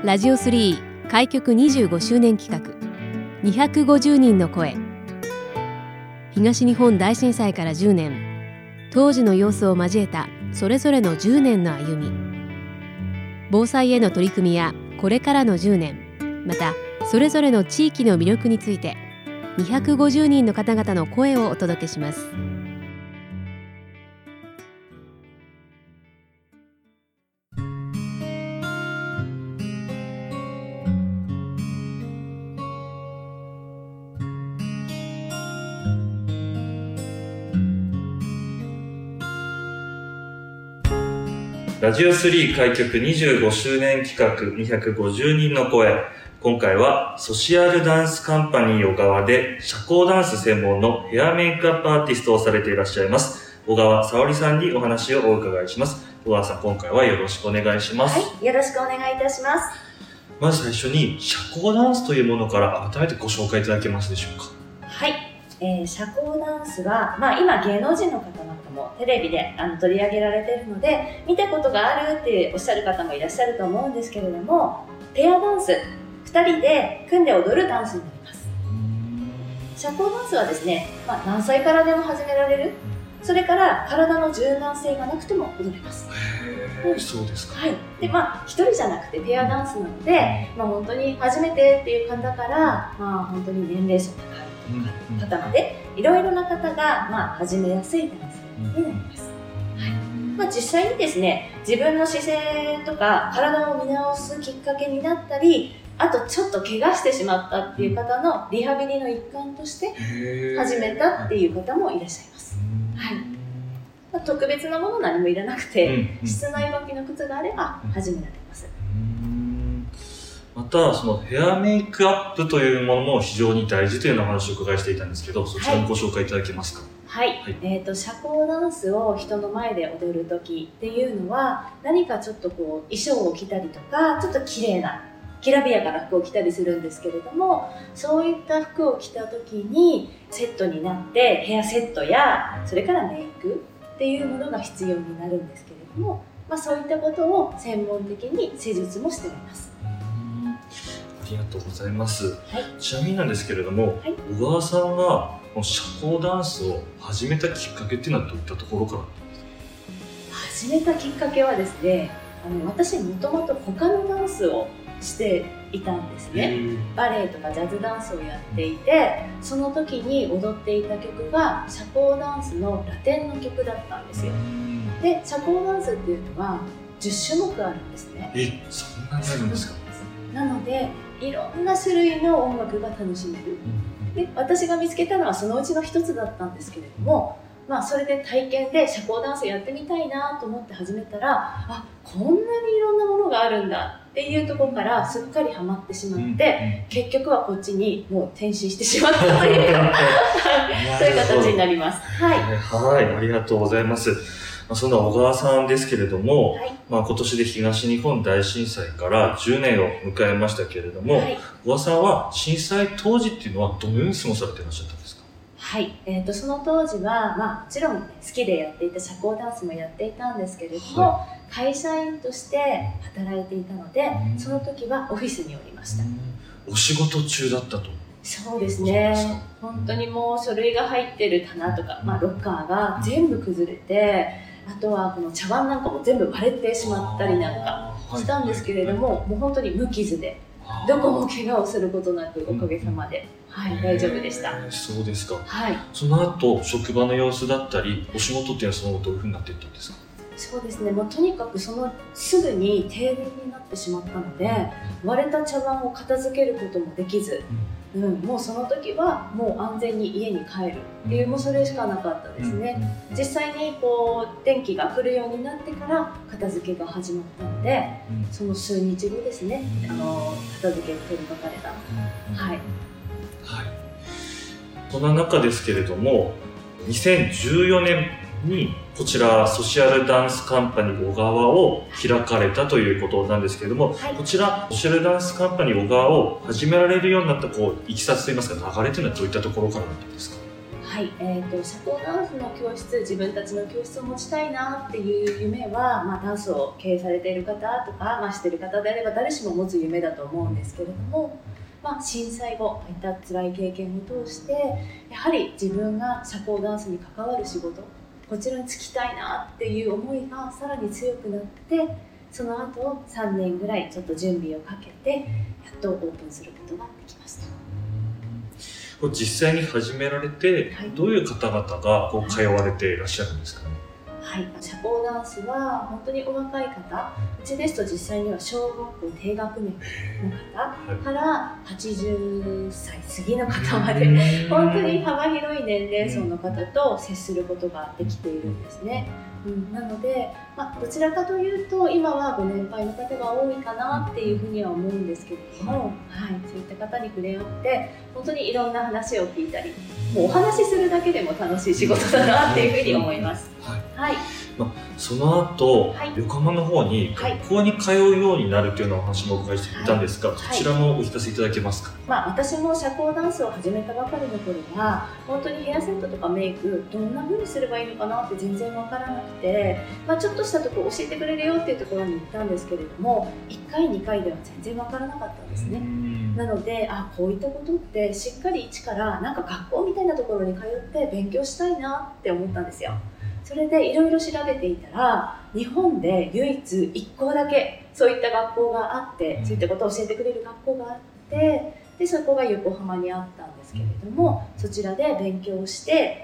ラジオ3開局25周年企画250人の声。東日本大震災から10年、当時の様子を交えたそれぞれの10年の歩み、防災への取り組みやこれからの10年、またそれぞれの地域の魅力について250人の方々の声をお届けします。 ラジオ3開局25周年企画250人の声。今回はソシアルダンスカンパニー小川で社交ダンス専門のヘアメイクアップアーティストをされていらっしゃいます小川沙織さんにお話をお伺いします。小川さん、今回はよろしくお願いします。 はい、よろしくお願いいたします。 まず最初に社交ダンスというものから改めてご紹介いただけますでしょうか。 はい、社交ダンスは、今芸能人の方なんかもテレビで取り上げられているので見たことがあるっておっしゃる方もいらっしゃると思うんですけれども、ペアダンス、2人で組んで踊るダンスになります。社交ダンスはですね、何歳からでも始められる、それから体の柔軟性がなくても踊れます。 そうですか。 はい。で、1人じゃなくてペアダンスなので、本当に初めてっていう方から、本当に年齢層高い方まで、いろいろな方が、始めやすいダンスになります。はい。実際にですね、自分の姿勢とか体を見直すきっかけになったり、あとちょっと怪我してしまったっていう方のリハビリの一環として始めたっていう方もいらっしゃいます。はい。特別なもの何もいらなくて、室内履きの靴があれば始められます。 またそのヘアメイクアップというものも非常に大事というような話をお伺いしていたんですけど、そちらもご紹介いただけますか。 はい、社交ダンスを人の前で踊る時っていうのは、何かちょっと衣装を着たりとか、ちょっと綺麗なきらびやかな服を着たりするんですけれども、そういった服を着た時にセットになってヘアセットやそれからメイクっていうものが必要になるんですけれども、そういったことを専門的に施術もしております。 ありがとうございます。 はい、 ちなみになんですけれども、小川さんが社交ダンスを始めたきっかけっていうのはどういったところから始めたきっかけはですね、私もともと他のダンスをしていたんですね。バレエとかジャズダンスをやっていて、その時に踊っていた曲が社交ダンスのラテンの曲だったんですよ。で、社交ダンスっていうのは10種目あるんですね。 そんなにあるんですか。 なのでいろんな種類の音楽が楽しめる。で、私が見つけたのはそのうちの一つだったんですけれども、それで体験で社交ダンスやってみたいなと思って始めたら、こんなにいろんなものがあるんだっていうところからすっかりハマってしまって、結局はこっちにもう転身してしまったというかそういう形になります。はい、 はい、ありがとうございます。そんな小川さんですけれども、今年で東日本大震災から10年を迎えましたけれども、小川さんは震災当時っていうのはどのように過ごされていらっしゃったんですか。 はい、その当時は、もちろん好きでやっていた社交ダンスもやっていたんですけれども、会社員として働いていたので、その時はオフィスにおりました。 お仕事中だったと。 そうですね。本当にもう書類が入ってる棚とか、ロッカーが全部崩れて、あとはこの茶碗なんかも全部割れてしまったりなんかしたんですけれども、もう本当に無傷で、どこも怪我をすることなくおかげさまで、大丈夫でした。 そうですか。 はい。 その後職場の様子だったりお仕事っていうのはその後どういうふうになっていったんですか。 そうですね、とにかくすぐに停電になってしまったので、割れた茶碗を片付けることもできず、もうその時はもう安全に家に帰るっていう、もうそれしかなかったですね。実際に電気が来るようになってから片付けが始まったので、その数日後ですね、片付けに取り掛かれた。 そんな中ですけれども、2014年にこちらソシアルダンスカンパニー小川を開かれたということなんですけれども、こちらソシアルダンスカンパニー小川を始められるようになったいきさつといいますか流れというのはどういったところからだったんですか。 はい、社交ダンスの教室、自分たちの教室を持ちたいなっていう夢は、ダンスを経営されている方とか、知っている方であれば誰しも持つ夢だと思うんですけれども、震災後、こういった辛い経験を通して、やはり自分が社交ダンスに関わる仕事、こちらに就きたいなっていう思いがさらに強くなって、その後3年ぐらいちょっと準備をかけて、やっとオープンすることができました。 これ実際に始められて、どういう方々がこう通われていらっしゃるんですかね。 はい、社交ダンスは本当にお若い方、うちですと実際には小学校低学年の方から80歳過ぎの方まで本当に幅広い年齢層の方と接することができているんですね。なので、どちらかというと今はご年配の方が多いかなっていうふうには思うんですけれども、そういった方に触れ合って本当にいろんな話を聞いたり、もうお話しするだけでも楽しい仕事だなっていうふうに思います。 その後、横浜の方に学校に通うようになるというようなお話もお伺いしていたんですが、そちらもお聞かせいただけますか。 私も社交ダンスを始めたばかりの頃は本当にヘアセットとかメイクどんな風にすればいいのかなって全然わからなくて、ちょっとしたところ教えてくれるよっていうところに行ったんですけれども、1回2回では全然わからなかったんですね。なのでこういったことってしっかり一からなんか学校みたいなところに通って勉強したいなって思ったんですよ。それでいろいろ調べていたら、日本で唯一1校だけそういった学校があって、そういったことを教えてくれる学校があって、でそこが横浜にあったんですけれども、そちらで勉強して、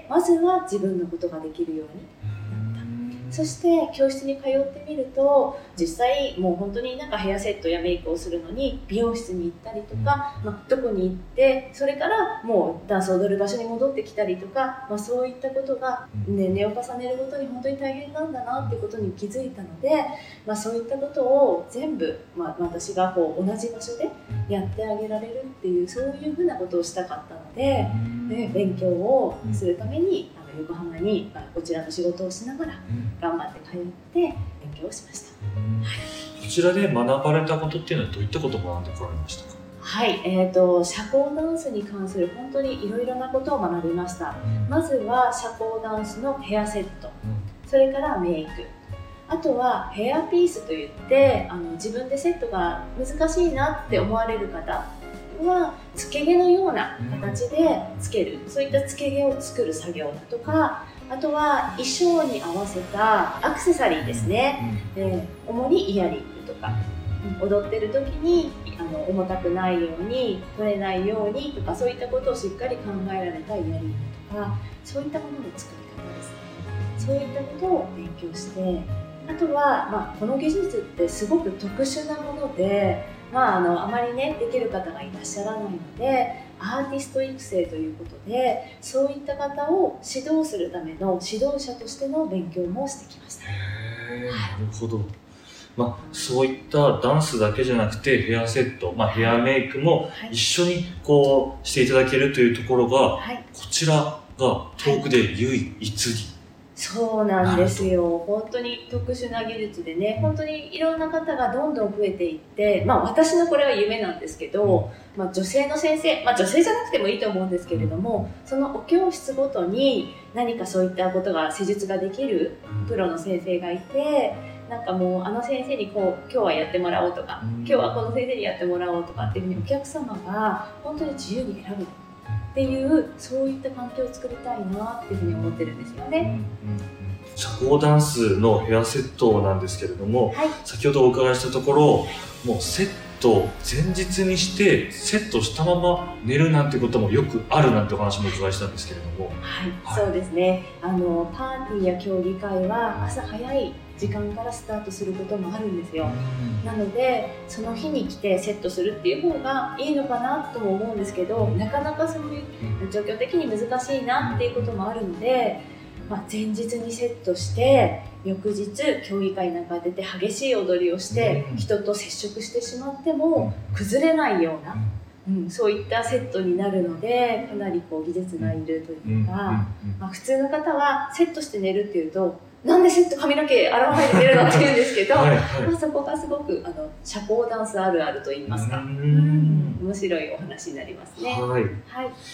まずは自分のことができるようになった。そして教室に通ってみると、実際もう本当になんかヘアセットやメイクをするのに美容室に行ったりとか、どこに行ってそれからもうダンスを踊る場所に戻ってきたりとか、そういったことが年齢を重ねるごとに本当に大変なんだなっていうことに気づいたので、そういったことを全部、私がこう同じ場所でやってあげられるっていう、そういうふうなことをしたかったので、勉強をするために横浜にこちらの仕事をしながら頑張って通って勉強をしました。 こちらで学ばれたことっていうのはどういったことを学んでこられましたか。 社交ダンスに関する本当にいろいろなことを学びました。まずは社交ダンスのヘアセット、それからメイク、あとはヘアピースといって自分でセットが難しいなって思われる方はつけ毛のような形でつける、そういったつけ毛を作る作業だとか、あとは衣装に合わせたアクセサリーですね、主にイヤリングとか、踊ってる時に重たくないように取れないようにとか、そういったことをしっかり考えられたイヤリングとか、そういったものの作り方ですね。そういったことを勉強して、あとは、この技術ってすごく特殊なもので、あまりねできる方がいらっしゃらないので、アーティスト育成ということで、そういった方を指導するための指導者としての勉強もしてきました。 なるほど。そういったダンスだけじゃなくてヘアセット、ヘアメイクも一緒にこうしていただけるというところが、こちらが東北で唯一に。 そうなんですよ。本当に特殊な技術でね、本当にいろんな方がどんどん増えていって、私のこれは夢なんですけど、女性の先生、女性じゃなくてもいいと思うんですけれども、そのお教室ごとに何かそういったことが施術ができるプロの先生がいて、なんかもう先生に今日はやってもらおうとか、今日はこの先生にやってもらおうとかっていうふうにお客様が本当に自由に選ぶっていう、そういった環境を作りたいなっていうふうに思ってるんですよね。 社交ダンスのヘアセットなんですけれども、先ほどお伺いしたところ、もうセットを前日にしてセットしたまま寝るなんてこともよくあるなんてお話もお伺いしたんですけれども。 そうですね。パーティーや競技会は朝早い時間からスタートすることもあるんですよ。なのでその日に来てセットするっていう方がいいのかなとも思うんですけど、なかなかそういう状況的に難しいなっていうこともあるので、前日にセットして翌日競技会なんか出て激しい踊りをして人と接触してしまっても崩れないような、そういったセットになるので、かなり技術がいるというか、普通の方はセットして寝るっていうと、なんでセット髪の毛洗わないで寝るのって言うんですけど、そこがすごく社交ダンスあるあると言いますか、面白いお話になりますね。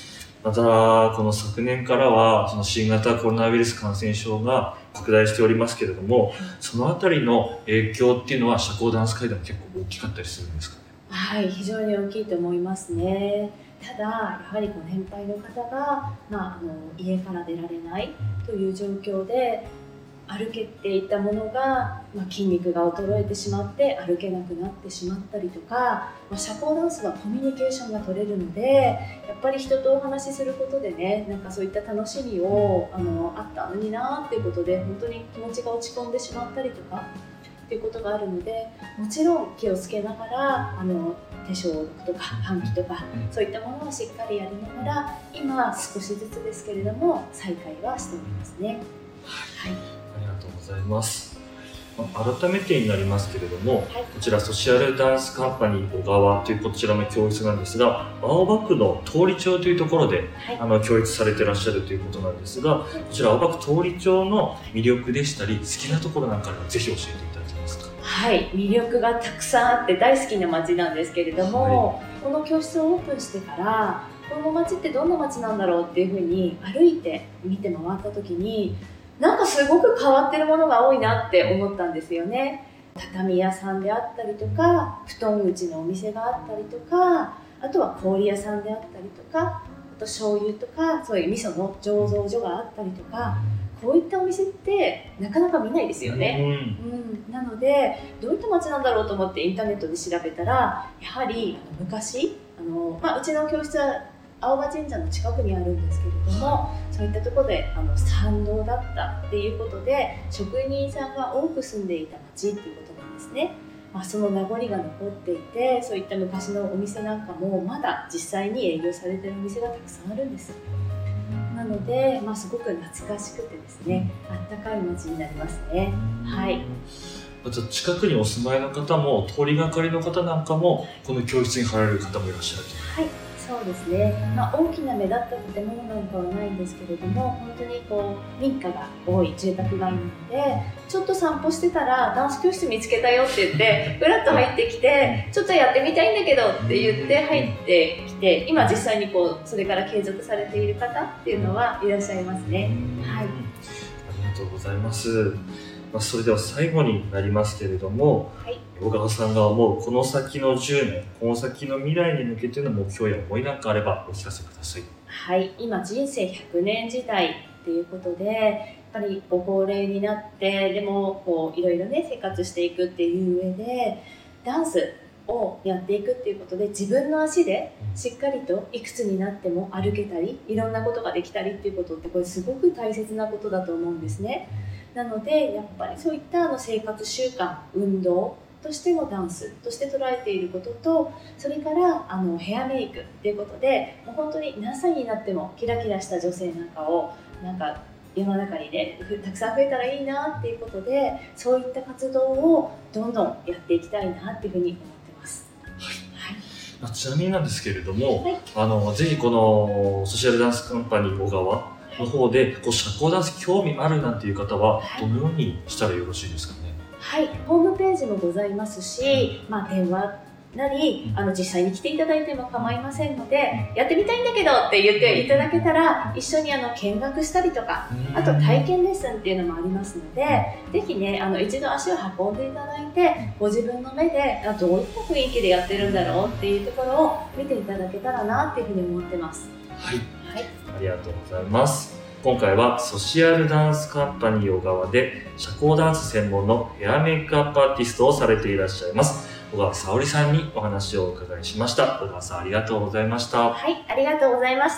またこの昨年からはその新型コロナウイルス感染症が拡大しておりますけれども、そのあたりの影響っていうのは社交ダンス界でも結構大きかったりするんですかね？ はい、非常に大きいと思いますね。ただやはりご年配の方が、家から出られないという状況で歩けていたものが、筋肉が衰えてしまって歩けなくなってしまったりとか、社交ダンスはコミュニケーションが取れるので、やっぱり人とお話しすることでね、なんかそういった楽しみをあったのになっていうことで、本当に気持ちが落ち込んでしまったりとかっていうことがあるので、もちろん気をつけながら手消毒とか換気とか、そういったものをしっかりやりながら、今少しずつですけれども再開はしておりますね。はい、 ありがとうございます。改めてになりますけれども、こちらソシャルダンスカンパニー小川というこちらの教室なんですが、青葉区の通り町というところで、教室されていらっしゃるということなんですが、こちら青葉区通り町の魅力でしたり好きなところなんかあればぜひ教えていただけますか？ はい、魅力がたくさんあって大好きな街なんですけれども、この教室をオープンしてからこの街ってどんな街なんだろうっていうふうに歩いて見て回った時に、なんかすごく変わってるものが多いなって思ったんですよね。畳屋さんであったりとか、布団口のお店があったりとか、あとは氷屋さんであったりとか、あと醤油とかそういう味噌の醸造所があったりとか、こういったお店ってなかなか見ないですよね。なのでどういった街なんだろうと思ってインターネットで調べたら、やはり昔うちの教室は青葉神社の近くにあるんですけれども、そういったところで参道だったっていうことで、職人さんが多く住んでいた町っていうことなんですね。その名残が残っていて、そういった昔のお店なんかもまだ実際に営業されているお店がたくさんあるんです。なので、すごく懐かしくてですね、あったかい街になりますね。はい。 近くにお住まいの方も通りがかりの方なんかもこの教室に入られる方もいらっしゃると。 はい、そうですね。大きな目立った建物なんかはないんですけれども、本当に民家が多い住宅街なので、ちょっと散歩してたらダンス教室見つけたよって言ってふらっと入ってきて、ちょっとやってみたいんだけどって言って入ってきて、今実際にそれから継続されている方っていうのはいらっしゃいますね。はい、ありがとうございます。それでは最後になりますけれども、小川さんが思うこの先の10年、この先の未来に向けての目標や思いなんかあればお聞かせください。 はい、今人生100年時代っていうことで、やっぱりご高齢になってでもいろいろね生活していくっていう上で、ダンスをやっていくっていうことで、自分の足でしっかりといくつになっても歩けたり、いろんなことができたりっていうことって、これすごく大切なことだと思うんですね。なのでやっぱりそういった生活習慣、運動としてのダンスとして捉えていることと、それからヘアメイクっていうことで、もう本当に何歳になってもキラキラした女性なんかを世の中にねたくさん増えたらいいなっていうことで、そういった活動をどんどんやっていきたいなっていうふうに思ってます。 はい、ちなみになんですけれども、ぜひこのソシャルダンスカンパニー小川の方で社交ダンス興味あるなんていう方はどのようにしたらよろしいですかね？ はい、ホームページもございますし、電話なり実際に来ていただいても構いませんので、やってみたいんだけどって言っていただけたら、一緒に見学したりとか、あと体験レッスンっていうのもありますので、ぜひね一度足を運んでいただいて、ご自分の目でどういった雰囲気でやってるんだろうっていうところを見ていただけたらなっていうふうに思ってます。 はい、ありがとうございます。今回はソシアルダンスカンパニー小川で社交ダンス専門のヘアメイクアップアーティストをされていらっしゃいます小川沙織さんにお話をお伺いしました。小川さん、ありがとうございました。 はい、ありがとうございました。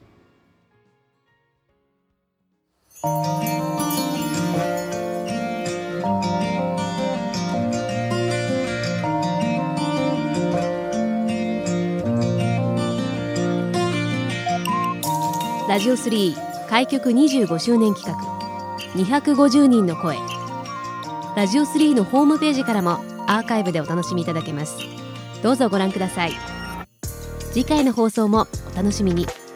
ラジオ3開局25周年企画250人の声。ラジオ3のホームページからもアーカイブでお楽しみいただけます。どうぞご覧ください。次回の放送もお楽しみに。